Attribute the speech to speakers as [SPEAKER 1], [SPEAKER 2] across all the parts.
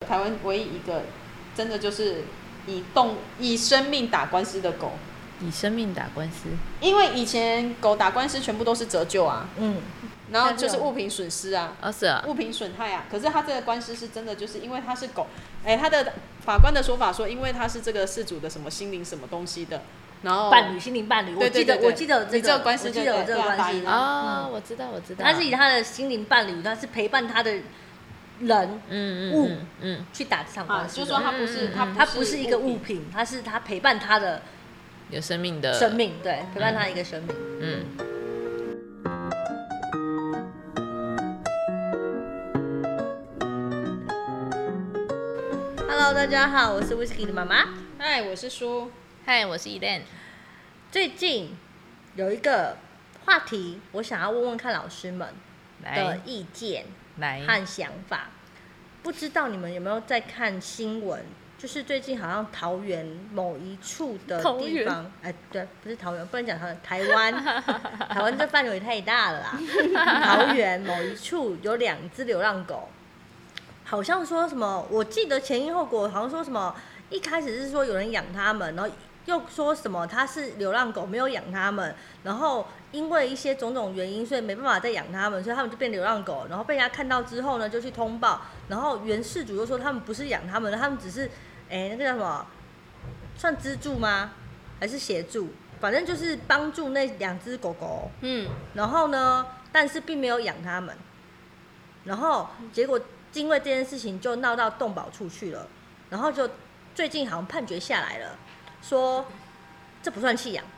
[SPEAKER 1] 台湾唯一一个真的就是以生命打官司的狗。
[SPEAKER 2] 以生命打官司，
[SPEAKER 1] 因为以前狗打官司全部都是折旧啊，然后就是物品损失啊，
[SPEAKER 2] 是啊，
[SPEAKER 1] 物品损害啊。可是他这个官司是真的，就是因为他是狗，他的法官的说法说，因为他是这个事主的什么心灵什么东西的，然后
[SPEAKER 3] 心灵伴侣，
[SPEAKER 1] 我记得
[SPEAKER 3] 这个
[SPEAKER 1] 官司，
[SPEAKER 3] 我记得有这个关系
[SPEAKER 2] 我知道，
[SPEAKER 3] 他是以他的心灵伴侣，他是陪伴他的人物去打这场官司，
[SPEAKER 1] 就说
[SPEAKER 3] 他不是一个物品，他是他陪伴他的。
[SPEAKER 2] 有生命的
[SPEAKER 3] 生命，对，陪伴他一个生命。Hello， 大家好，我是 Whisky 的妈妈。
[SPEAKER 1] 嗨，我是舒。
[SPEAKER 2] 嗨，我是 Eden。
[SPEAKER 3] 最近有一个话题，我想要问问看老师们的意见和想法。不知道你们有没有在看新闻？就是最近好像桃园某一处的地方，对，不是桃园，不能讲桃园，台湾这范围也太大了啦。桃园某一处有2只流浪狗，好像说什么，我记得前因后果，好像说什么，一开始是说有人养它们，然后又说什么它是流浪狗，没有养它们，然后因为一些种种原因，所以没办法再养它们，所以他们就变流浪狗，然后被人家看到之后呢，就去通报，然后原事主又说他们不是养它们，他们只是那个叫什么，算资助吗？还是协助？反正就是帮助那2只狗狗。然后呢，但是并没有养它们。然后结果因为这件事情就闹到动保处去了。然后就最近好像判决下来了，说这不算弃养。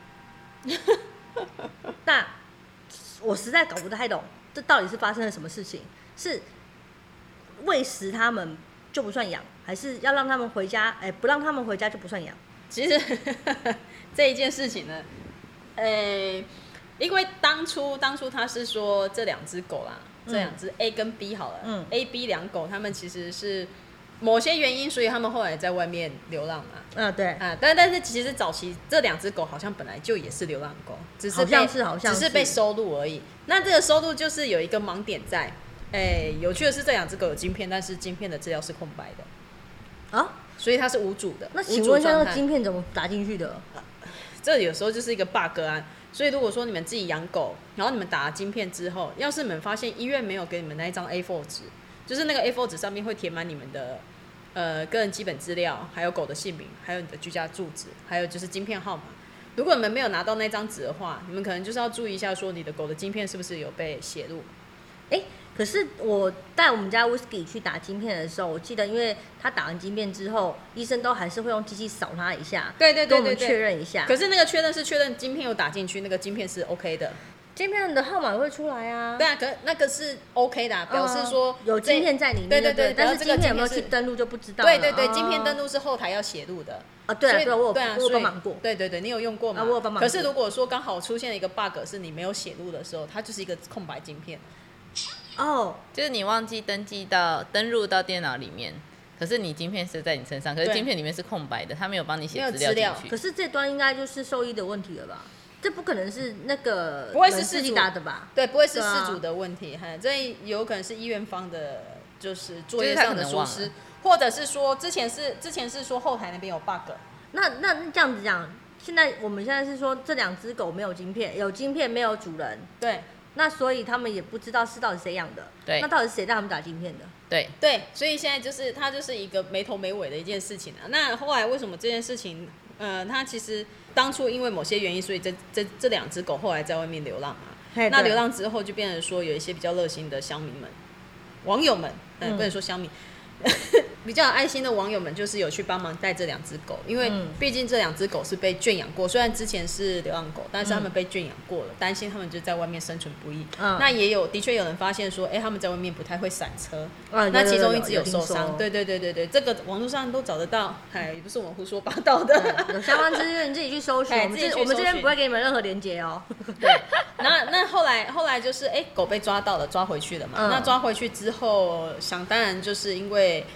[SPEAKER 3] 那我实在搞不太懂，这到底是发生了什么事情？是喂食他们就不算养，还是要让他们回家？不让他们回家就不算养。
[SPEAKER 1] 其实这一件事情呢，因为当初他是说这2只狗啦，这2只 A 跟 B 好了，A、B 2狗，他们其实是某些原因，所以他们后来在外面流浪嘛。
[SPEAKER 3] 对。
[SPEAKER 1] 但是其实早期这2只狗好像本来就也是流浪狗，只是被收录而已。那这个收录就是有一个盲点在。有趣的是这2只狗有晶片，但是晶片的资料是空白的啊，所以它是无主的。
[SPEAKER 3] 那请问一下，那晶片怎么打进去的？
[SPEAKER 1] 这有时候就是一个 bug 啊。所以如果说你们自己养狗，然后你们打了晶片之后，要是你们发现医院没有给你们那一张 A4 纸，就是那个 A4 纸上面会填满你们的个人基本资料，还有狗的姓名，还有你的居家住址，还有就是晶片号码。如果你们没有拿到那张纸的话，你们可能就是要注意一下，说你的狗的晶片是不是有被写入。
[SPEAKER 3] 可是我带我们家 Whisky 去打晶片的时候，我记得因为他打完晶片之后，医生都还是会用机器扫他一下，
[SPEAKER 1] 对，
[SPEAKER 3] 跟我们确认一下。
[SPEAKER 1] 可是那个确认是确认晶片有打进去，那个晶片是 OK 的，
[SPEAKER 3] 晶片的号码会出来啊。
[SPEAKER 1] 对啊，可那个是 OK 的表示说
[SPEAKER 3] 有晶片在里面。对，但是晶片有没有去登录就不知道了。
[SPEAKER 1] 对，晶片登录是后台要写入的。
[SPEAKER 3] 对，我有帮忙过。
[SPEAKER 1] 对，你有用过吗？
[SPEAKER 3] 我有帮忙过。
[SPEAKER 1] 可是如果说刚好出现了一个 bug， 是你没有写入的时候，它就是一个空白晶片。
[SPEAKER 2] 就是你忘记登录到电脑里面，可是你晶片是在你身上，可是晶片里面是空白的，他没有帮你写资料进去。
[SPEAKER 3] 可是这端应该就是兽医的问题了吧？这不可能是那个
[SPEAKER 1] 不会是事主
[SPEAKER 3] 打的吧？
[SPEAKER 1] 对，不会是事主的问题，这有可能是医院方的，就是作业上的疏失，或者是说之前是说后台那边有 bug。
[SPEAKER 3] 那这样子讲，我们现在是说这2只狗没有晶片，有晶片没有主人。
[SPEAKER 1] 对。
[SPEAKER 3] 那所以他们也不知道是到底谁养的，
[SPEAKER 2] 对，
[SPEAKER 3] 那到底是谁让他们打晶片的？
[SPEAKER 2] 对，
[SPEAKER 1] 所以现在就是它就是一个没头没尾的一件事情啊。那后来为什么这件事情，它其实当初因为某些原因，所以这2只狗后来在外面流浪嘛。那流浪之后就变成说有一些比较热心的乡民们、网友们，不能说乡民。比较有爱心的网友们就是有去帮忙带这2只狗，因为毕竟这2只狗是被圈养过，虽然之前是流浪狗，但是他们被圈养过了，担心他们就在外面生存不易。那的确有人发现说，他们在外面不太会闪车，那其中一只有受伤。对，这个网络上都找得到，也不是我们胡说八道的，
[SPEAKER 3] 有相关资讯你自己去搜寻，我们这边不会给你们任何连结哦。
[SPEAKER 1] 对，那后来就是狗被抓到了，抓回去了嘛。那抓回去之后，想当然就是因为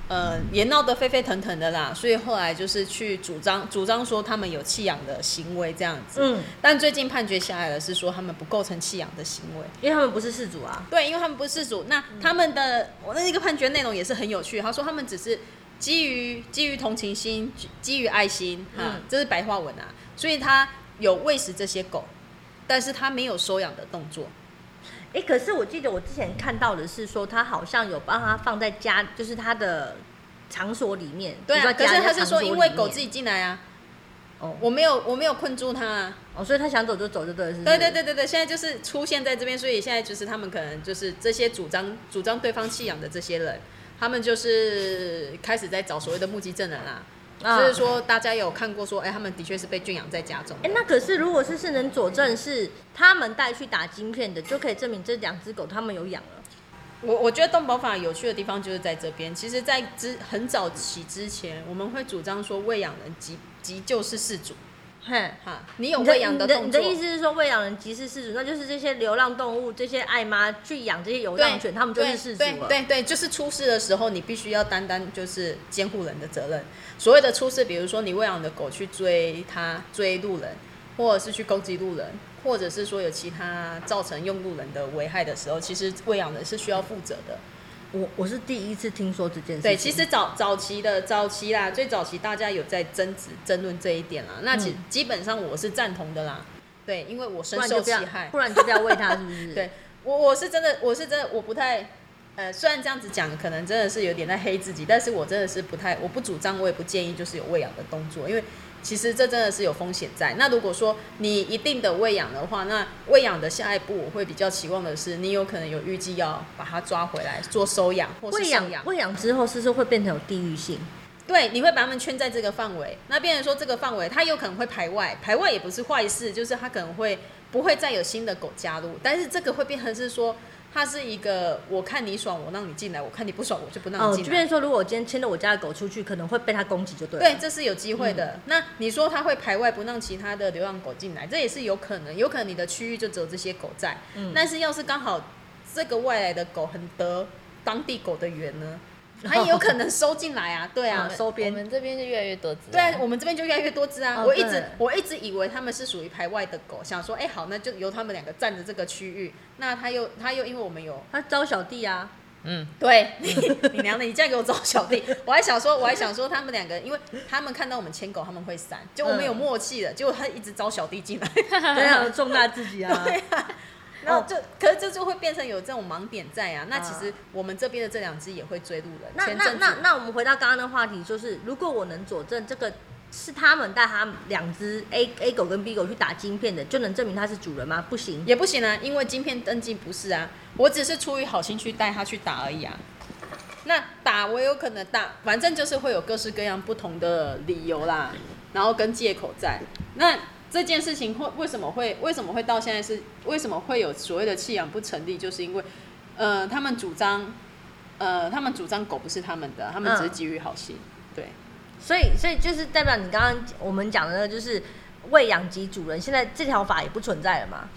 [SPEAKER 1] 也闹得沸沸腾腾的啦，所以后来就是去主张说他们有弃养的行为这样子。但最近判决下来的是说他们不构成弃养的行为，
[SPEAKER 3] 因为他们不是事主啊。
[SPEAKER 1] 对，因为他们不是事主。那他们的我那个判决内容也是很有趣，他说他们只是基于同情心，基于爱心，这是白话文啊。所以他有喂食这些狗，但是他没有收养的动作。
[SPEAKER 3] 可是我记得我之前看到的是说，他好像有帮他放在家，就是他的场所里面。
[SPEAKER 1] 对啊，可是他是说因为狗自己进来啊。我没有困住他啊。
[SPEAKER 3] 所以他想走就走就对了，是不
[SPEAKER 1] 是？对，现在就是出现在这边，所以现在就是他们可能就是这些主张对方弃养的这些人，他们就是开始在找所谓的目击证人啦。就是说，大家有看过说，他们的确是被圈养在家中。
[SPEAKER 3] 那可是如果是能佐证是他们带去打晶片的，就可以证明这2只狗他们有养了。
[SPEAKER 1] 我觉得动保法有趣的地方就是在这边。其实，在很早期之前，我们会主张说，喂养人即就是事主。你有喂养的动作。
[SPEAKER 3] 你的意思是说，喂养人即是事主，那就是这些流浪动物、这些爱妈去养这些流浪犬，他们就是事主了。
[SPEAKER 1] 对，就是出事的时候，你必须要担当就是监护人的责任。所谓的出事，比如说你喂养的狗去追路人，或者是去攻击路人，或者是说有其他造成用路人的危害的时候，其实喂养人是需要负责的。
[SPEAKER 3] 我是第一次听说这件事情。
[SPEAKER 1] 对，其实早期啦，最早期大家有在争论这一点啦。那基本上我是赞同的啦。对，因为我深受其害。
[SPEAKER 3] 不然你就不要喂它，是不是？
[SPEAKER 1] 对，我是真的，我不太虽然这样子讲，可能真的是有点在黑自己，但是我真的是我不主张，我也不建议就是有喂养的动作，因为其实这真的是有风险在。那如果说你一定的喂养的话，那喂养的下一步我会比较期望的是，你有可能有预计要把它抓回来做收养或是送养。
[SPEAKER 3] 喂养之后是不是会变成有地域性？
[SPEAKER 1] 对，你会把它们圈在这个范围，那变成说这个范围它有可能会排外也不是坏事，就是它可能不会再有新的狗加入，但是这个会变成是说它是一个我看你爽我让你进来，我看你不爽我就不让你进来。
[SPEAKER 3] 就变成说如果我今天牵着我家的狗出去，可能会被它攻击就对了。
[SPEAKER 1] 对，这是有机会的。那你说它会排外不让其他的流浪狗进来，这也是有可能你的区域就只有这些狗在。但是要是刚好这个外来的狗很得当地狗的缘呢，它也有可能收进来啊。对啊，
[SPEAKER 3] 收编。
[SPEAKER 2] 我们这边就越来越多只。
[SPEAKER 1] 对啊，我们这边就越来越多只啊。我一直以为他们是属于排外的狗，想说好，那就由他们2个占着这个区域。那他又因为我们有
[SPEAKER 3] 他招小弟啊。
[SPEAKER 1] 对，你娘的，你这样给我招小弟。我还想说他们2个，因为他们看到我们牵狗他们会闪，就我们有默契了，结果他一直招小弟进来。
[SPEAKER 3] 对啊，重大自己啊。
[SPEAKER 1] 对啊。然后可是这就会变成有这种盲点在啊。那其实我们这边的这2只也会追路人。
[SPEAKER 3] 那我们回到刚刚的话题，就是如果我能佐证这个是他们带他2只 A 狗跟 B 狗去打晶片的，就能证明他是主人吗？不行，
[SPEAKER 1] 也不行啊，因为晶片登记不是啊，我只是出于好心去带他去打而已啊。那打我有可能打，反正就是会有各式各样不同的理由啦，然后跟借口在。那这件事情为什么会到现在是为什么会有所谓的弃养不成立？就是因为他们主张狗不是他们的，他们只是基于好心。对，
[SPEAKER 3] 所以就是代表你刚刚我们讲的那个就是喂养及主人，现在这条法也不存在了吗？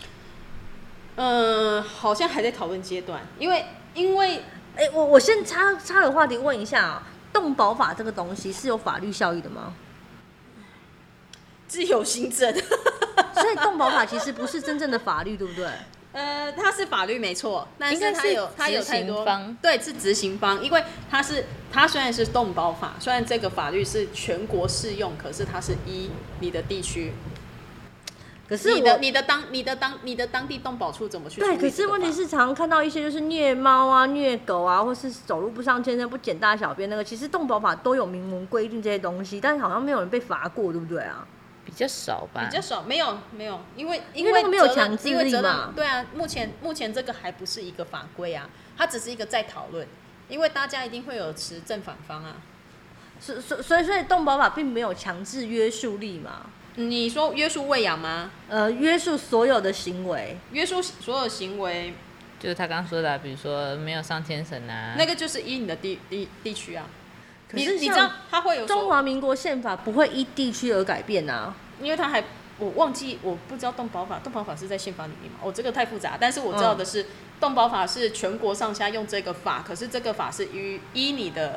[SPEAKER 1] 好像还在讨论阶段，因为
[SPEAKER 3] 我先插个话题问一下啊，动保法这个东西是有法律效益的吗？
[SPEAKER 1] 自由行政。
[SPEAKER 3] 所以动保法其实不是真正的法律，对不对？
[SPEAKER 1] 它是法律没错，但是它有太多对，是执行方，因为它虽然是动保法，虽然这个法律是全国适用，可是它是依你的地区。可是你的当地动保处怎么去处理？
[SPEAKER 3] 对，可是问题是常看到一些就是虐猫啊、虐狗啊，或是走路不上牵绳、不捡大小便那个，其实动保法都有明文规定这些东西，但是好像没有人被罚过，对不对啊？
[SPEAKER 2] 比较少吧，
[SPEAKER 1] 比较少，没有，因为
[SPEAKER 3] 那个没有强制力嘛。
[SPEAKER 1] 对啊，目前这个还不是一个法规啊，它只是一个在讨论，因为大家一定会有持正反方啊。
[SPEAKER 3] 所以动保法并没有强制约束力嘛。
[SPEAKER 1] 你说约束喂养吗？
[SPEAKER 3] 约束所有的行为，
[SPEAKER 1] 约束所有行为，
[SPEAKER 2] 就是他刚刚说的，比如说没有上牵绳啊，
[SPEAKER 1] 那个就是依你的地区啊。你知道他会有
[SPEAKER 3] 中华民国宪法不会依地区而改变啊，
[SPEAKER 1] 因为他还我不知道动保法是在宪法里面嘛？这个太复杂，但是我知道的是，动保法是全国上下用这个法，可是这个法是依你的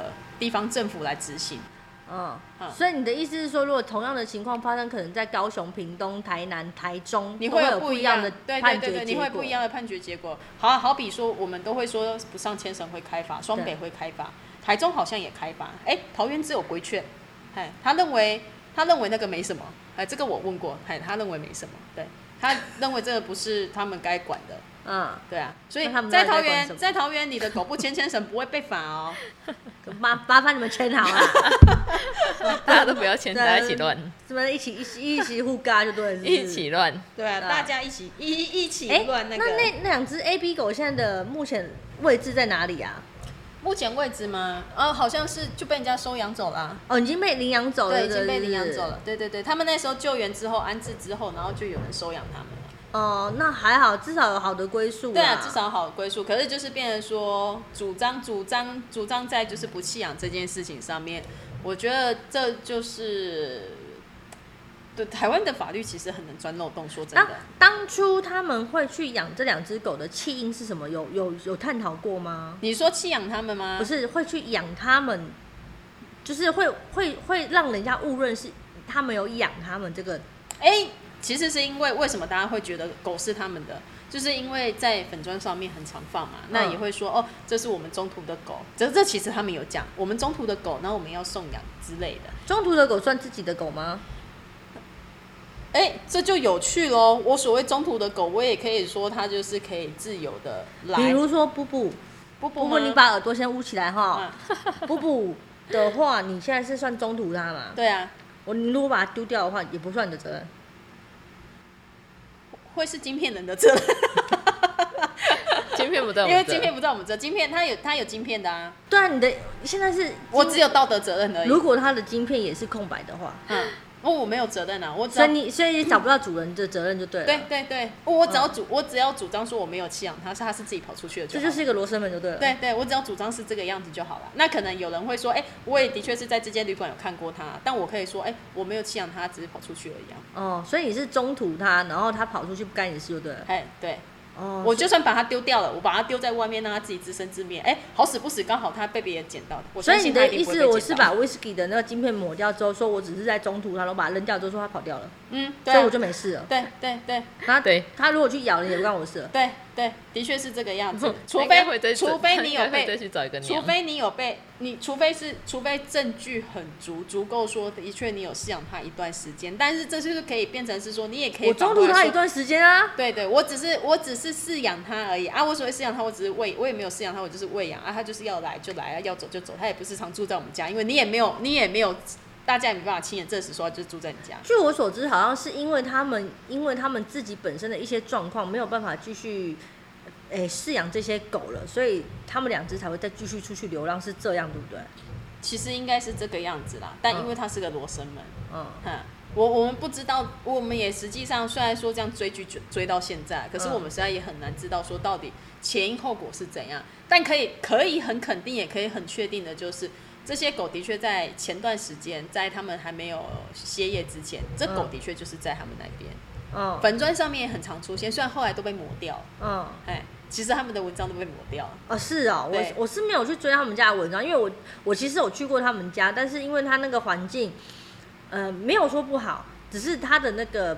[SPEAKER 1] 地方政府来执行。
[SPEAKER 3] 所以你的意思是说，如果同样的情况发生，可能在高雄、屏东、台南、台中，
[SPEAKER 1] 你会有不一样
[SPEAKER 3] 的判决结果。
[SPEAKER 1] 对，你会不一样的判决结果。好比说，我们都会说不上千省会开罚，双北会开罚，台中好像也开罚，桃园只有规劝，他认为那个没什么，这个我问过，他认为没什么，对，他认为这个不是他们该管的。对啊，所以在桃园，你的狗不牵绳不会被罚哦。
[SPEAKER 3] 麻烦你们牵好了，
[SPEAKER 2] 大家都不要牵，大家一起乱。
[SPEAKER 3] 什么一起互嘎就对了，
[SPEAKER 2] 一起乱。
[SPEAKER 1] 对啊，大家一起乱那个。
[SPEAKER 3] 那两只 A、B 狗现在的目前位置在哪里啊？
[SPEAKER 1] 目前位置吗？好像是就被人家收养走了。
[SPEAKER 3] 已经被领养走了。
[SPEAKER 1] 对，已经被领养走了。对，他们那时候救援之后安置之后，然后就有人收养他们了。
[SPEAKER 3] 那还好，至少有好的归宿。
[SPEAKER 1] 对啊，至少有好的归宿。可是就是变成说，主张在就是不弃养这件事情上面，我觉得这就是对台湾的法律其实很能钻漏洞。说真的，
[SPEAKER 3] 当初他们会去养这两只狗的起因是什么？有探讨过吗？
[SPEAKER 1] 你说弃养他们吗？
[SPEAKER 3] 不是，会去养他们，就是会让人家误认是他们有养他们这个。
[SPEAKER 1] 其实是因为为什么大家会觉得狗是他们的，就是因为在粉专上面很常放嘛，那也会说这是我们中途的狗，这其实他们有讲我们中途的狗，然后我们要送养之类的。
[SPEAKER 3] 中途的狗算自己的狗吗？
[SPEAKER 1] 这就有趣咯。我所谓中途的狗，我也可以说它就是可以自由的来。
[SPEAKER 3] 比如说布布，你把耳朵先捂起来哈。布布的话，你现在是算中途它嘛？
[SPEAKER 1] 对啊。
[SPEAKER 3] 你如果把它丢掉的话，也不算你的责任。
[SPEAKER 1] 会是晶片人的责任。
[SPEAKER 2] 晶片不在我们这，
[SPEAKER 1] 因为晶片不在我们这，晶片它有晶片的啊。
[SPEAKER 3] 对啊，你的现在是
[SPEAKER 1] 我只有道德责任而已。
[SPEAKER 3] 如果它的晶片也是空白的话，
[SPEAKER 1] 我没有责任啊，
[SPEAKER 3] 所以你找不到主人的责任就对了。
[SPEAKER 1] 对，我只要主张说我没有弃养它，是它是自己跑出去的就好。
[SPEAKER 3] 这就是一个罗生门就对了。
[SPEAKER 1] 对，我只要主张是这个样子就好了。那可能有人会说，我也的确是在这间旅馆有看过它，但我可以说，我没有弃养它，只是跑出去而已啊。
[SPEAKER 3] 所以你是中途它，然后它跑出去不干你的事就对了。
[SPEAKER 1] 对。我就算把它丢掉了，我把它丢在外面，让它自己自生自灭。好死不死，刚好它被别人捡到。
[SPEAKER 3] 所以你的意思，我是把 whisky 的那个晶片抹掉之后，说我只是在中途，然后把它扔掉之后，说它跑掉了。
[SPEAKER 1] 对，
[SPEAKER 3] 所以我就没事了。
[SPEAKER 1] 对。
[SPEAKER 3] 它如果去咬人，也不关我事了。
[SPEAKER 1] 对，的确是这个样子。除非你有被，除非证据很足够说的确你有饲养它一段时间，但是这就是可以变成是说你也可以。
[SPEAKER 3] 我中途它一段时间啊。
[SPEAKER 1] 对，我只是饲养它而已啊。我所谓饲养它，我只是我也没有饲养它，我就是喂养啊。它就是要来就来啊，要走就走，它也不是常住在我们家，因为你也没有。大家也没办法亲眼证实说就是住在你家。
[SPEAKER 3] 据我所知，好像是因为他们自己本身的一些状况没有办法继续饲养这些狗了，所以他们两只才会再继续出去流浪，是这样对不对？
[SPEAKER 1] 其实应该是这个样子啦，但因为它是个罗生门，我们不知道，我们也实际上虽然说这样追剧追到现在，可是我们实在也很难知道说到底前因后果是怎样。但可以很肯定，也可以很确定的就是。这些狗的确在前段时间，在他们还没有歇业之前，这狗的确就是在他们那边。粉专上面也很常出现，虽然后来都被抹掉。其实他们的文章都被抹掉了。
[SPEAKER 3] 是哦，我是没有去追他们家的文章，因为我其实有去过他们家，但是因为他那个环境，没有说不好，只是他的那个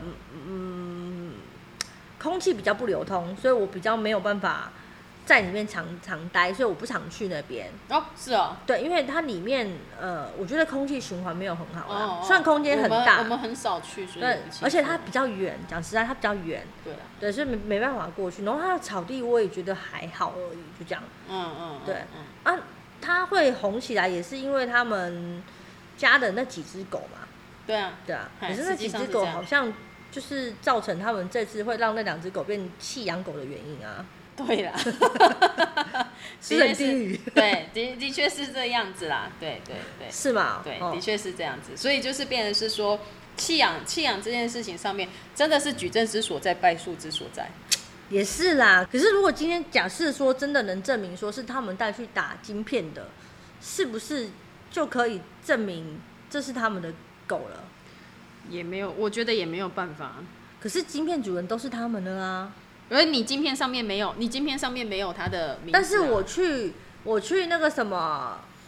[SPEAKER 3] 空气比较不流通，所以我比较没有办法。在里面常待，所以我不常去那边。
[SPEAKER 1] 是哦。
[SPEAKER 3] 对，因为它里面我觉得空气循环没有很好啦。虽然空间很大，
[SPEAKER 1] 我们很少去，所以
[SPEAKER 3] 对，而且它比较远。讲实在，它比较远。对，所以没办法过去。然后它的草地我也觉得还好而已，就这样。对。它会红起来也是因为他们家的那几只狗嘛。
[SPEAKER 1] 对啊。
[SPEAKER 3] 可是那几只狗好像就是造成他们这次会让那两只狗变弃养狗的原因啊。
[SPEAKER 1] 对啦，
[SPEAKER 3] 是很地狱。
[SPEAKER 1] 对，的确是这样子啦。对，
[SPEAKER 3] 是吗？
[SPEAKER 1] 对，的确是这样子。所以就是变成是说，弃养这件事情上面，真的是举证之所在，败诉之所在。
[SPEAKER 3] 也是啦。可是如果今天假设说真的能证明说是他们带去打晶片的，是不是就可以证明这是他们的狗了？
[SPEAKER 1] 也没有，我觉得也没有办法。
[SPEAKER 3] 可是晶片主人都是他们的啊。
[SPEAKER 1] 因为你晶片上面没有他的名字。
[SPEAKER 3] 但是我去那个什么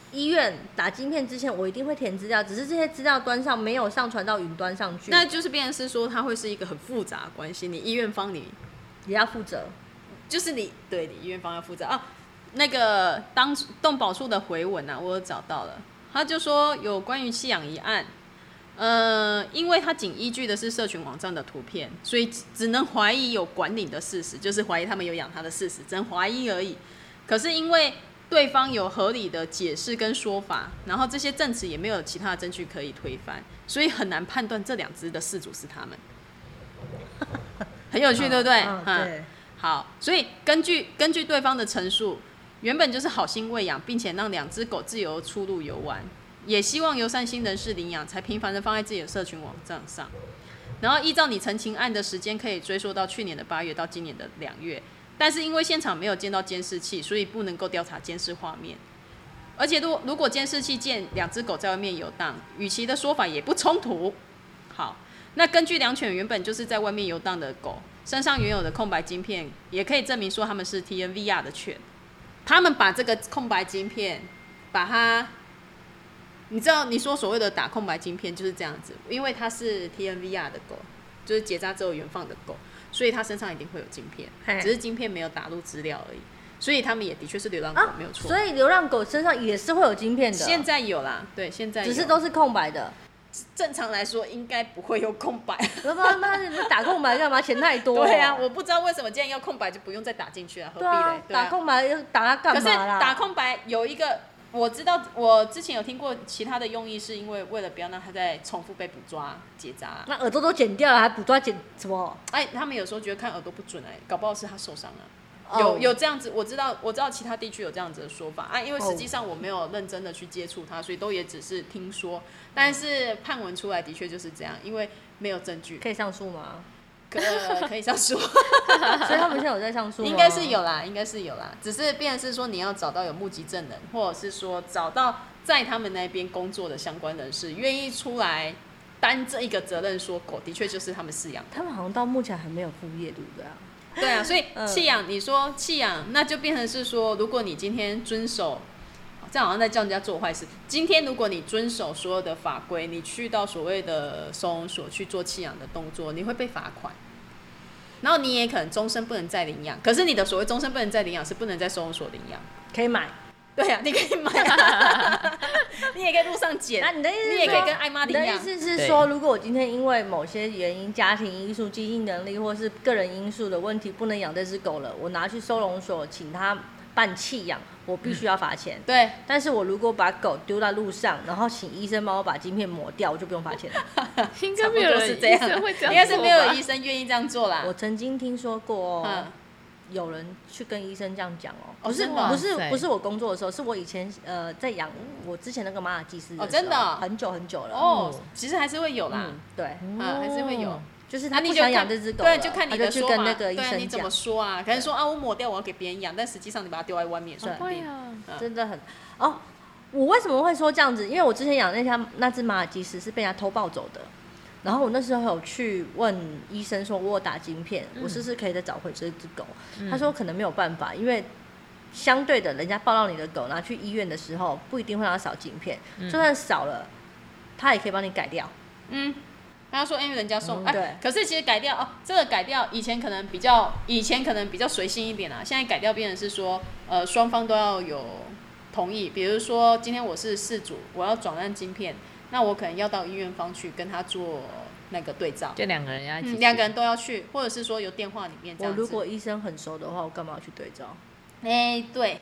[SPEAKER 3] 医院打晶片之前，我一定会填资料，只是这些资料端上没有上传到云端上去。
[SPEAKER 1] 那就是变成是说，它会是一个很复杂的关系，你医院方你
[SPEAKER 3] 也要负责，
[SPEAKER 1] 就是你医院方要负责啊。那个动保处的回文啊，我有找到了，他就说有关于弃养一案，因为他仅依据的是社群网站的图片，所以只能怀疑有管理的事实，就是怀疑他们有养他的事实，只能怀疑而已。可是因为对方有合理的解释跟说法，然后这些证词也没有其他的证据可以推翻，所以很难判断这2只的饲主是他们。很有趣，对不对？
[SPEAKER 3] 对。
[SPEAKER 1] 好，所以根据对方的陈述，原本就是好心喂养，并且让2只狗自由出入游玩，也希望由善心人士领养，才频繁的放在自己的社群网站上。然后依照你陈情案的时间，可以追溯到去年的8月到今年的2月。但是因为现场没有见到监视器，所以不能够调查监视画面。而且如果监视器见2只狗在外面游荡，与其的说法也不冲突。好，那根据2犬原本就是在外面游荡的狗身上原有的空白晶片，也可以证明说他们是 TNVR 的犬。他们把这个空白晶片，把它，你知道你说所谓的打空白晶片就是这样子，因为它是 TNVR 的狗，就是结扎之后原放的狗。所以他身上一定会有晶片，只是晶片没有打入资料而已。所以他们也的确是流浪狗，没有错。
[SPEAKER 3] 所以流浪狗身上也是会有晶片的。
[SPEAKER 1] 现在有啦，对，现在有，
[SPEAKER 3] 只是都是空白的。
[SPEAKER 1] 正常来说应该不会有空白。
[SPEAKER 3] 那打空白干嘛？钱太多。
[SPEAKER 1] 对啊，我不知道为什么既然要空白就不用再打进去了，何必嘞？
[SPEAKER 3] 对啊，打空白要打它干嘛啦？
[SPEAKER 1] 可是打空白有一个。我知道，我之前有听过其他的用意，是因为了不要让它再重复被捕抓结扎。
[SPEAKER 3] 那耳朵都剪掉了，还捕抓剪什么？
[SPEAKER 1] 他们有时候觉得看耳朵不准搞不好是他受伤了。有这样子，我知道其他地区有这样子的说法因为实际上我没有认真的去接触它，所以都也只是听说。但是判文出来的确就是这样，因为没有证据。
[SPEAKER 3] 可以上诉吗？
[SPEAKER 1] 可以上诉。
[SPEAKER 3] 所以他们现在有在上诉吗？
[SPEAKER 1] 应该是有啦，只是变成是说你要找到有目击证人，或者是说找到在他们那边工作的相关人士，愿意出来担这一个责任，说狗的确就是他们饲养。
[SPEAKER 3] 他们好像到目前还没有副业，对不对啊？
[SPEAKER 1] 对啊，所以弃养，你说弃养，那就变成是说，如果你今天遵守。这样好像在叫人家做坏事。今天如果你遵守所有的法规，你去到所谓的收容所去做弃养的动作，你会被罚款，然后你也可能终身不能再领养。可是你的所谓终身不能再领养，是不能在收容所领养，
[SPEAKER 3] 可以买。
[SPEAKER 1] 对啊，你可以买你也可以路上捡。
[SPEAKER 3] 那你的意思是说，
[SPEAKER 1] 你也可以跟艾妈领养。
[SPEAKER 3] 你的意思是说，如果我今天因为某些原因，家庭因素、经济能力或是个人因素的问题，不能养这只狗了，我拿去收容所，请他办弃养，我必须要罚钱。
[SPEAKER 1] 对，
[SPEAKER 3] 但是我如果把狗丢在路上，然后请医生帮我把晶片抹掉，我就不用罚钱了。
[SPEAKER 2] 应该没有人
[SPEAKER 1] 这样会这样，应该是没有医生愿意这样做啦。
[SPEAKER 3] 我曾经听说过有人去跟医生这样讲不是我工作的时候，是我以前在养我之前那个马尔济斯的时候，
[SPEAKER 1] 真的
[SPEAKER 3] 很久很久了。
[SPEAKER 1] 其实还是会有啦，
[SPEAKER 3] 对，
[SPEAKER 1] 还是会有。
[SPEAKER 3] 就是他不想养这只狗了，
[SPEAKER 1] 对，就看你的说法，
[SPEAKER 3] 对啊，
[SPEAKER 1] 你怎么说啊？可能说我抹掉，我要给别人养，但实际上你把它丢在外面，
[SPEAKER 3] 对啊，真的很我为什么会说这样子？因为我之前养那只马尔济斯是被人家偷抱走的，然后我那时候有去问医生说，我有打晶片，我是不是可以再找回这只狗？他说可能没有办法，因为相对的，人家抱到你的狗拿去医院的时候，不一定会让它扫晶片，就算扫了，他也可以帮你改掉。
[SPEAKER 1] 他说因为人家送对，可是其实改掉这个改掉以前可能比较随性一点啊，现在改掉变成是说双方都要有同意，比如说今天我是饲主，我要转让晶片，那我可能要到医院方去跟他做那个对照，
[SPEAKER 2] 就2个人要一起，
[SPEAKER 1] 两个人都要去，或者是说由电话里面这样子。
[SPEAKER 3] 我如果医生很熟的话，我干嘛要去对照？
[SPEAKER 1] 对
[SPEAKER 3] 对，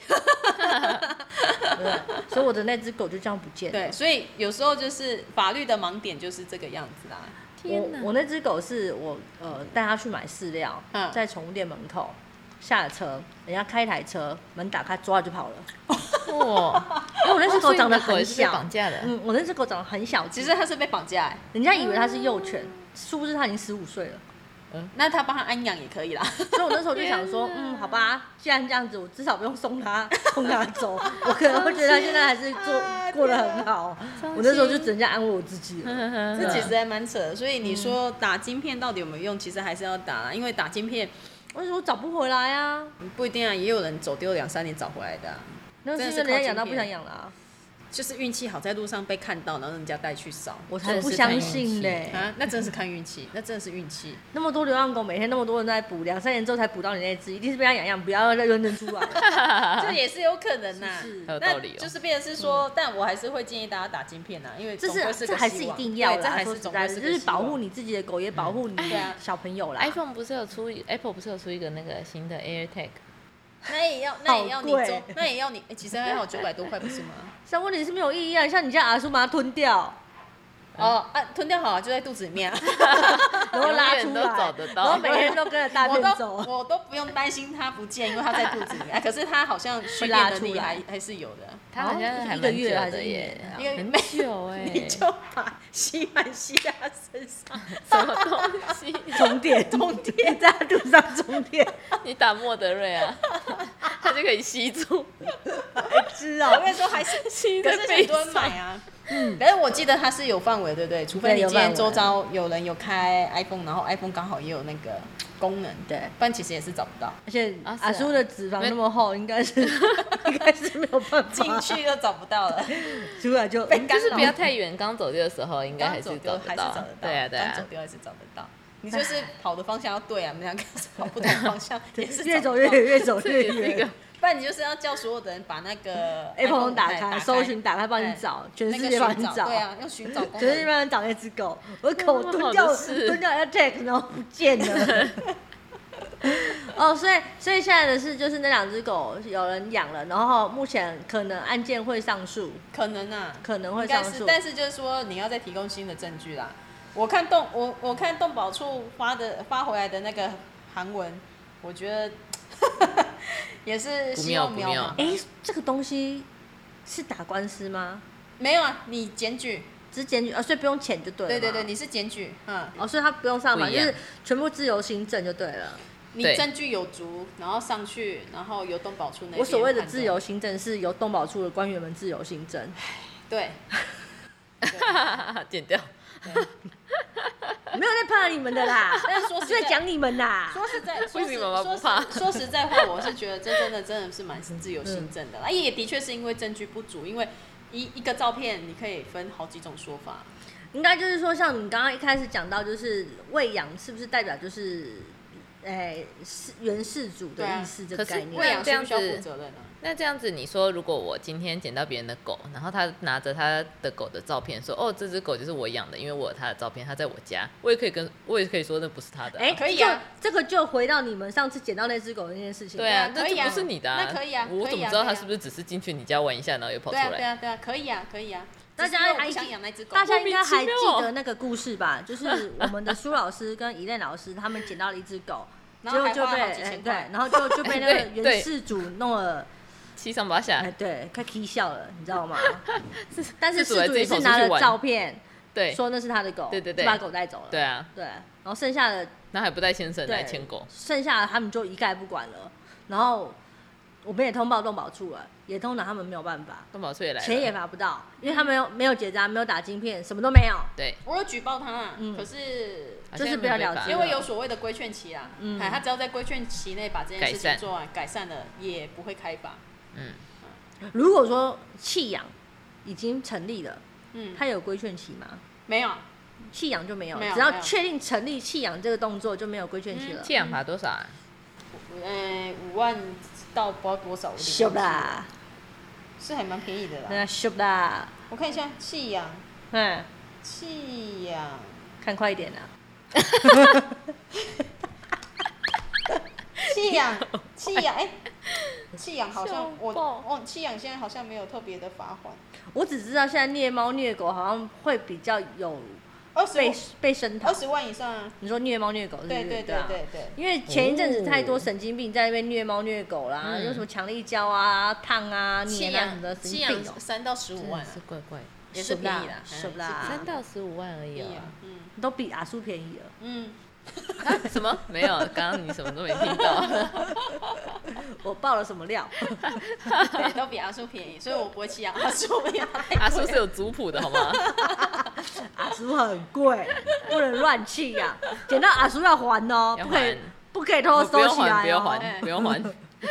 [SPEAKER 3] 所以我的那只狗就这样不见了。
[SPEAKER 1] 对，所以有时候就是法律的盲点就是这个样子啦。
[SPEAKER 3] 我那只狗是我带它去买饲料，在宠物店门口下了车，人家开一台车，门打开，抓就跑了。因为我那只狗长得很小，
[SPEAKER 2] 绑架的。
[SPEAKER 3] 我那只狗长得很小，
[SPEAKER 1] 其实它是被绑架，
[SPEAKER 3] 人家以为它是幼犬，殊不知它已经15岁了。
[SPEAKER 1] 那他帮他安养也可以啦。
[SPEAKER 3] 所以我那时候就想说，好吧，既然这样子，我至少不用送他走，我可能会觉得他现在还是过得很好。我那时候就只能这样安慰我自己了。
[SPEAKER 1] 这其实还蛮扯的。所以你说打晶片到底有没有用？其实还是要打啦，因为打晶片，
[SPEAKER 3] 为什么找不回来啊？
[SPEAKER 1] 不一定啊，也有人走丢2-3年找回来的。
[SPEAKER 3] 那是因为人家养到不想养了
[SPEAKER 1] 就是运气好，在路上被看到，然后人家带去烧，
[SPEAKER 3] 我才不相信嘞！
[SPEAKER 1] 啊，那真的是看运气，那真的是运气。
[SPEAKER 3] 那么多流浪狗，每天那么多人在捕，2-3年之后才捕到你那只，一定是被它养，不要再认出来。
[SPEAKER 1] 这也是有可能呐，
[SPEAKER 2] 有道理哦。
[SPEAKER 1] 就是变成是说，但我还是会建议大家打晶片呐，因为这
[SPEAKER 3] 还是一定要的，
[SPEAKER 1] 这还是总归是
[SPEAKER 3] 就是保护你自己的狗，也保护你小朋友啦。
[SPEAKER 2] Apple 不是有出一个那个新的 AirTag？
[SPEAKER 1] 那也要你，其实还好900多块不是吗？
[SPEAKER 3] 但问题是没有意义啊，像你家阿叔把它吞掉。
[SPEAKER 1] 吞掉好啊，就在肚子里面啊，
[SPEAKER 3] 然后拉出来，然后每天都跟着大便走，
[SPEAKER 1] 我都不用担心它不见，因为它在肚子里面。可是它好像训练能力还是有的，
[SPEAKER 2] 它好像
[SPEAKER 3] 1个月还是1年，
[SPEAKER 2] 很久哎，
[SPEAKER 1] 你就把吸盘吸在它身上，
[SPEAKER 2] 什么东西？
[SPEAKER 3] 充电在它肚上充电，
[SPEAKER 2] 你打莫德瑞啊，它就可以吸住，
[SPEAKER 3] 知啊，
[SPEAKER 1] 我跟你说还是吸在背上买啊。可是我记得它是有范围，对不对？除非你今天周遭有人有开 iPhone， 然后 iPhone 刚好也有那个功能，
[SPEAKER 3] 对，
[SPEAKER 1] 不然其实也是找不到。
[SPEAKER 3] 而且阿叔的脂肪那么厚，应该是没有办法
[SPEAKER 1] 进去就找不到了，
[SPEAKER 3] 出来就
[SPEAKER 2] 就是不要太远，刚走丢的时候应该还是找得到，对啊，
[SPEAKER 1] 刚走丢还是找得到。你就是跑的方向要对啊，我们两个跑不同方向也是
[SPEAKER 3] 越走越远。
[SPEAKER 1] 不然你就是要叫所有的人把那个
[SPEAKER 3] Apple 打开，搜寻打开帮你找，全世界帮你找。
[SPEAKER 1] 对啊，用寻找功能。
[SPEAKER 3] 全世界帮你找那只狗，我的狗蹲掉 AirTag， 然后不见了。所以现在的事就是那2只狗有人养了，然后目前可能案件会上诉，
[SPEAKER 1] 可能会
[SPEAKER 3] 上诉，
[SPEAKER 1] 但是就是说你要再提供新的证据啦。我看动保处发回来的那个韩文，我觉得也是希望苗苗。
[SPEAKER 3] 这个东西是打官司吗？
[SPEAKER 1] 没有啊，你检举，
[SPEAKER 3] 只是检举所以不用钱就对了。
[SPEAKER 1] 对，你是检举，
[SPEAKER 3] 所以他不用上嘛，就是全部自由行政就对了。
[SPEAKER 1] 你证据有足，然后上去，然后由动保处那边。
[SPEAKER 3] 我所谓的自由行政是由动保处的官员们自由行政。
[SPEAKER 1] 对，
[SPEAKER 2] 剪掉。
[SPEAKER 3] 没有在怕你们的啦，
[SPEAKER 1] 但是
[SPEAKER 3] 在讲你们啦。
[SPEAKER 1] 说实在，
[SPEAKER 2] 为什么不怕？
[SPEAKER 1] 说实在话，我是觉得这真的是蛮自由行政的啦。也的确是因为证据不足，因为一个照片你可以分好几种说法。
[SPEAKER 3] 应该就是说，像你刚刚一开始讲到，就是喂养是不是代表就是原事主的意思这个概念？
[SPEAKER 1] 喂养需不需要负责任呢？
[SPEAKER 2] 那这样子，你说如果我今天捡到别人的狗，然后他拿着他的狗的照片说，这只狗就是我养的，因为我有他的照片，他在我家，我也可以说那不是他的。
[SPEAKER 1] 可以啊，
[SPEAKER 3] 这个就回到你们上次捡到那只狗的那件事情。
[SPEAKER 2] 对啊，那就不是你的
[SPEAKER 1] 那可以啊。
[SPEAKER 2] 我怎么知道他是不是只是进去你家玩一下，然后又跑出来？
[SPEAKER 1] 对啊，可以啊。
[SPEAKER 3] 大家应该还记得那个故事吧？就是我们的苏老师跟怡恋老师他们捡到了一只狗，结果就被然后就被那个原事主弄了。
[SPEAKER 2] 七上八下，
[SPEAKER 3] 对，快气笑了，你知道吗？但是事主也是拿了照片，
[SPEAKER 2] 对，
[SPEAKER 3] 说那是他的狗，
[SPEAKER 2] 对，
[SPEAKER 3] 就把狗带走了。
[SPEAKER 2] 对啊，
[SPEAKER 3] 对，然后剩下的
[SPEAKER 2] 那还不带先生来牵狗，
[SPEAKER 3] 剩下的他们就一概不管了。然后我们也通报动保处了，也通常他们没有办法，
[SPEAKER 2] 动保处也来了，
[SPEAKER 3] 钱也拿不到，因为他们没有结扎，没有打晶片，什么都没有。
[SPEAKER 2] 对，
[SPEAKER 1] 我有举报他，可是
[SPEAKER 3] 就是不要了解，
[SPEAKER 1] 因为有所谓的规劝期啊，他只要在规劝期内把这件事情做完，改善了，也不会开罚。
[SPEAKER 3] 如果说弃养已经成立了，它有规劝期吗？
[SPEAKER 1] 没有，
[SPEAKER 3] 弃养就没有，只要确定成立弃养这个动作就没有规劝期了。
[SPEAKER 2] 弃养罚多少啊
[SPEAKER 1] ？5万到不知道多少，
[SPEAKER 3] 收啦，
[SPEAKER 1] 是还蛮便宜的啦。
[SPEAKER 3] 那收啦，
[SPEAKER 1] 我看一下弃养，弃养，
[SPEAKER 3] 看快一点啦。
[SPEAKER 1] 弃养，弃养好像弃养现在好像没有特别的罚款。
[SPEAKER 3] 我只知道现在虐猫虐狗好像会比较有被声讨
[SPEAKER 1] 20万以上啊。
[SPEAKER 3] 你说虐猫虐狗是不是？
[SPEAKER 1] 对。
[SPEAKER 3] 因为前一阵子太多神经病在那边虐猫虐狗啦，有什么强力胶啊、烫啊、黏啊什么的，
[SPEAKER 1] 弃养3到15万，
[SPEAKER 2] 是怪怪，
[SPEAKER 1] 也是便宜
[SPEAKER 3] 啦
[SPEAKER 2] ，3到15万而已哦，
[SPEAKER 3] 都比阿叔便宜了。
[SPEAKER 2] 什么？没有，刚刚你什么都没听到。
[SPEAKER 3] 我爆了什么料？
[SPEAKER 1] 对，都比阿叔便宜，所以我不会弃养阿叔。
[SPEAKER 2] 阿叔是有族谱的好吗？
[SPEAKER 3] 阿叔很贵，不能乱弃养，捡到阿叔要还哦，不可以偷偷收起来哦。
[SPEAKER 2] 不用还。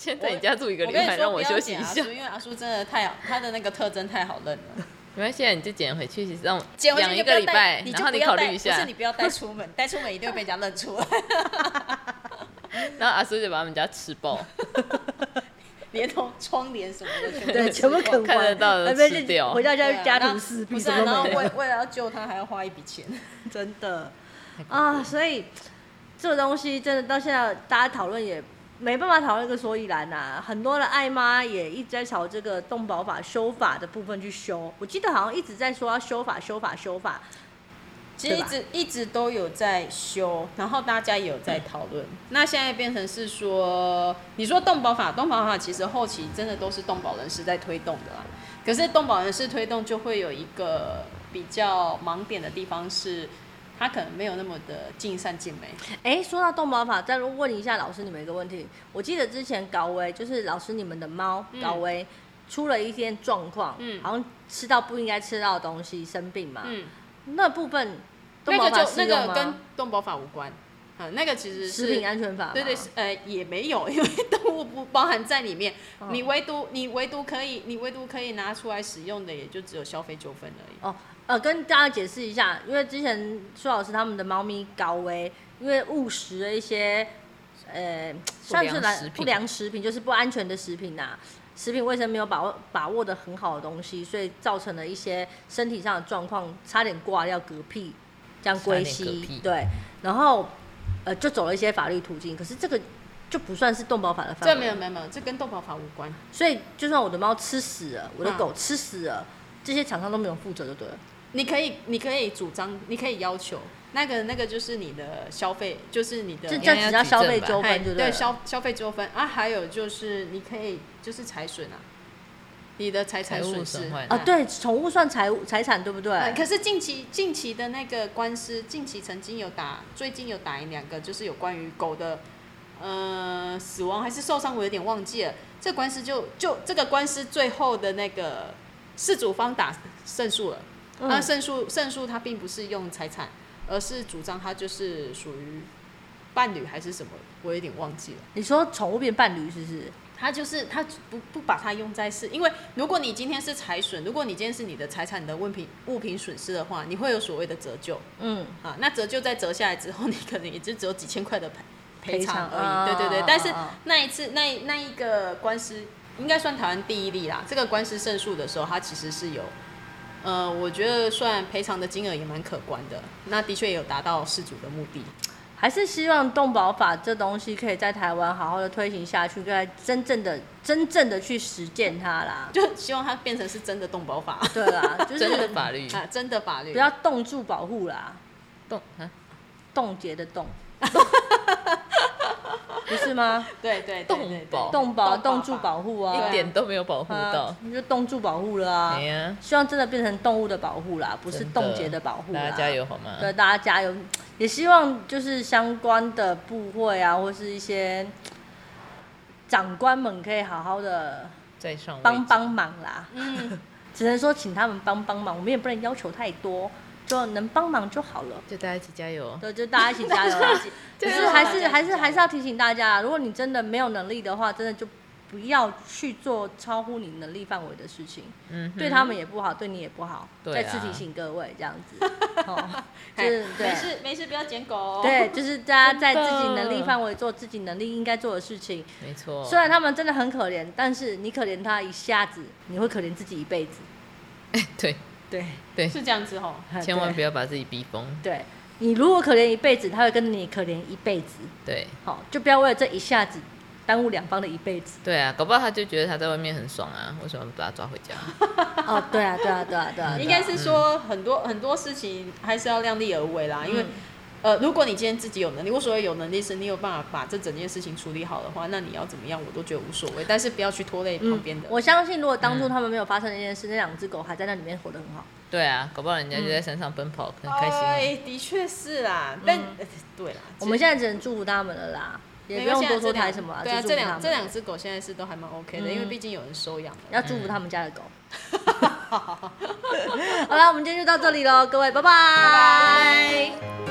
[SPEAKER 2] 先在你家住1个礼拜，让我休息一下。
[SPEAKER 1] 因为阿叔真的太好，他的那个特征太好认了。
[SPEAKER 2] 没关系，你就捡回去，让我
[SPEAKER 1] 捡回去
[SPEAKER 2] 养1个礼拜，然后你考虑一下。
[SPEAKER 1] 不是你不要带出门，带出门一定会被人家认出来。
[SPEAKER 2] 然后阿叔就把他们家吃爆，
[SPEAKER 1] 连同窗帘什么的，
[SPEAKER 3] 对，全部啃
[SPEAKER 2] 看得到的吃掉。
[SPEAKER 3] 回到家就家徒四壁，
[SPEAKER 1] 然后为了要救他，还要花一笔钱，
[SPEAKER 3] 真的啊！所以这个东西真的到现在大家讨论也没办法讨论个所以然啊。很多的爱妈也一直在朝这个动保法修法的部分去修，我记得好像一直在说要修法。
[SPEAKER 1] 其实一直都有在修，然后大家也有在讨论。那现在变成是说，你说动保法其实后期真的都是动保人士在推动的啦。可是动保人士推动就会有一个比较盲点的地方是，他可能没有那么的尽善尽美。
[SPEAKER 3] 说到动保法，再问一下老师你们一个问题。我记得之前高威就是老师你们的猫高威出了一些状况，好像吃到不应该吃到的东西，生病嘛。那部分动保法适用吗？
[SPEAKER 1] 那个跟动保法无关，那个其实是
[SPEAKER 3] 食品安全法。
[SPEAKER 1] 对，也没有，因为动物不包含在里面。你唯独可以拿出来使用的，也就只有消费纠纷而已。
[SPEAKER 3] 跟大家解释一下，因为之前苏老师他们的猫咪高危，因为误食了一些算是不良食品，就是不安全的食品啊。食品卫生没有把握的很好的东西，所以造成了一些身体上的状况，差点挂掉嗝屁，这样归西。对，然后就走了一些法律途径，可是这个就不算是动保法的范围。
[SPEAKER 1] 这没有，这跟动保法无关。
[SPEAKER 3] 所以就算我的猫吃死了，我的狗吃死了，这些厂商都没有负责就对了。
[SPEAKER 1] 你可以主张，你可以要求。那个就是你的消费，就是你的，
[SPEAKER 3] 这只要消费纠纷，
[SPEAKER 1] 对消费纠纷啊，还有就是你可以就是财损啊，你的财产损失
[SPEAKER 3] 啊，对，宠物算财产对不对？
[SPEAKER 1] 可是近期的那个官司，近期曾经最近有打赢2个，就是有关于狗的死亡还是受伤，我有点忘记了。这官司就这个官司最后的那个事主方打胜诉了，那胜诉他并不是用财产。而是主张它就是属于伴侣还是什么，我有点忘记了。
[SPEAKER 3] 你说宠物变伴侣是不是？
[SPEAKER 1] 他不把它用在因为如果你今天是财损，如果你今天是你的财产的物品损失的话，你会有所谓的折旧。那折旧再折下来之后，你可能也就只有几千块的赔偿而已。对。但是那一次那一个官司应该算台湾第一例啦。这个官司胜诉的时候，它其实是有。我觉得算赔偿的金额也蛮可观的，那的确也有达到事主的目的。
[SPEAKER 3] 还是希望动保法这东西可以在台湾好好的推行下去，该真正的去实践它啦。
[SPEAKER 1] 就希望它变成是真的动保法。
[SPEAKER 3] 对啦，就是
[SPEAKER 2] 真的法律
[SPEAKER 1] 啊，真的法律，
[SPEAKER 3] 不要冻住保护啦，冻结的冻。不是吗？
[SPEAKER 1] 对，
[SPEAKER 2] 动
[SPEAKER 3] 保冻住保护啊，
[SPEAKER 2] 一点都没有保护到，
[SPEAKER 3] 你就冻住保护了啊。希望真的变成动物的保护啦，不是冻结的保护啦。
[SPEAKER 2] 大家加油好吗？
[SPEAKER 3] 对，大家加油。也希望就是相关的部会啊，或是一些长官们可以好好的帮忙啦。只能说请他们帮忙，我们也不能要求太多。就能帮忙就好了，
[SPEAKER 2] 就大家一起加油。
[SPEAKER 3] 对，就大家一起加油。可是还是要提醒大家，如果你真的没有能力的话，真的就不要去做超乎你能力范围的事情。对他们也不好，对你也不好。再次提醒各位这样子。就是
[SPEAKER 1] 对，没事，不要捡狗哦。
[SPEAKER 3] 对，就是大家在自己能力范围做自己能力应该做的事情。
[SPEAKER 2] 没错。
[SPEAKER 3] 虽然他们真的很可怜，但是你可怜他一下子，你会可怜自己一辈子。
[SPEAKER 2] 对，
[SPEAKER 1] 是这样子吼，
[SPEAKER 2] 千万不要把自己逼疯。
[SPEAKER 3] 对，你如果可怜一辈子，他会跟你可怜一辈子。
[SPEAKER 2] 对，
[SPEAKER 3] 好，就不要为了这一下子耽误两方的一辈子。
[SPEAKER 2] 对啊，搞不好他就觉得他在外面很爽啊，为什么不把他抓回家？
[SPEAKER 3] 对啊，
[SPEAKER 1] 应该是说很多事情还是要量力而为啦，因为。如果你今天自己有能力，我所谓有能力是你有办法把这整件事情处理好的话，那你要怎么样我都觉得无所谓，但是不要去拖累旁边的。
[SPEAKER 3] 我相信如果当初他们没有发生那件事，那2只狗还在那里面活得很好。
[SPEAKER 2] 对啊，搞不好人家就在山上奔跑，很开心。
[SPEAKER 1] 的确是啦，但对啦，
[SPEAKER 3] 我们现在只能祝福他们了啦，也不用多说台什么。
[SPEAKER 1] 对啊，这两只狗现在是都还蛮 OK 的，因为毕竟有人收养了。
[SPEAKER 3] 要祝福他们家的狗。好了，我们今天就到这里喽，各位，拜拜。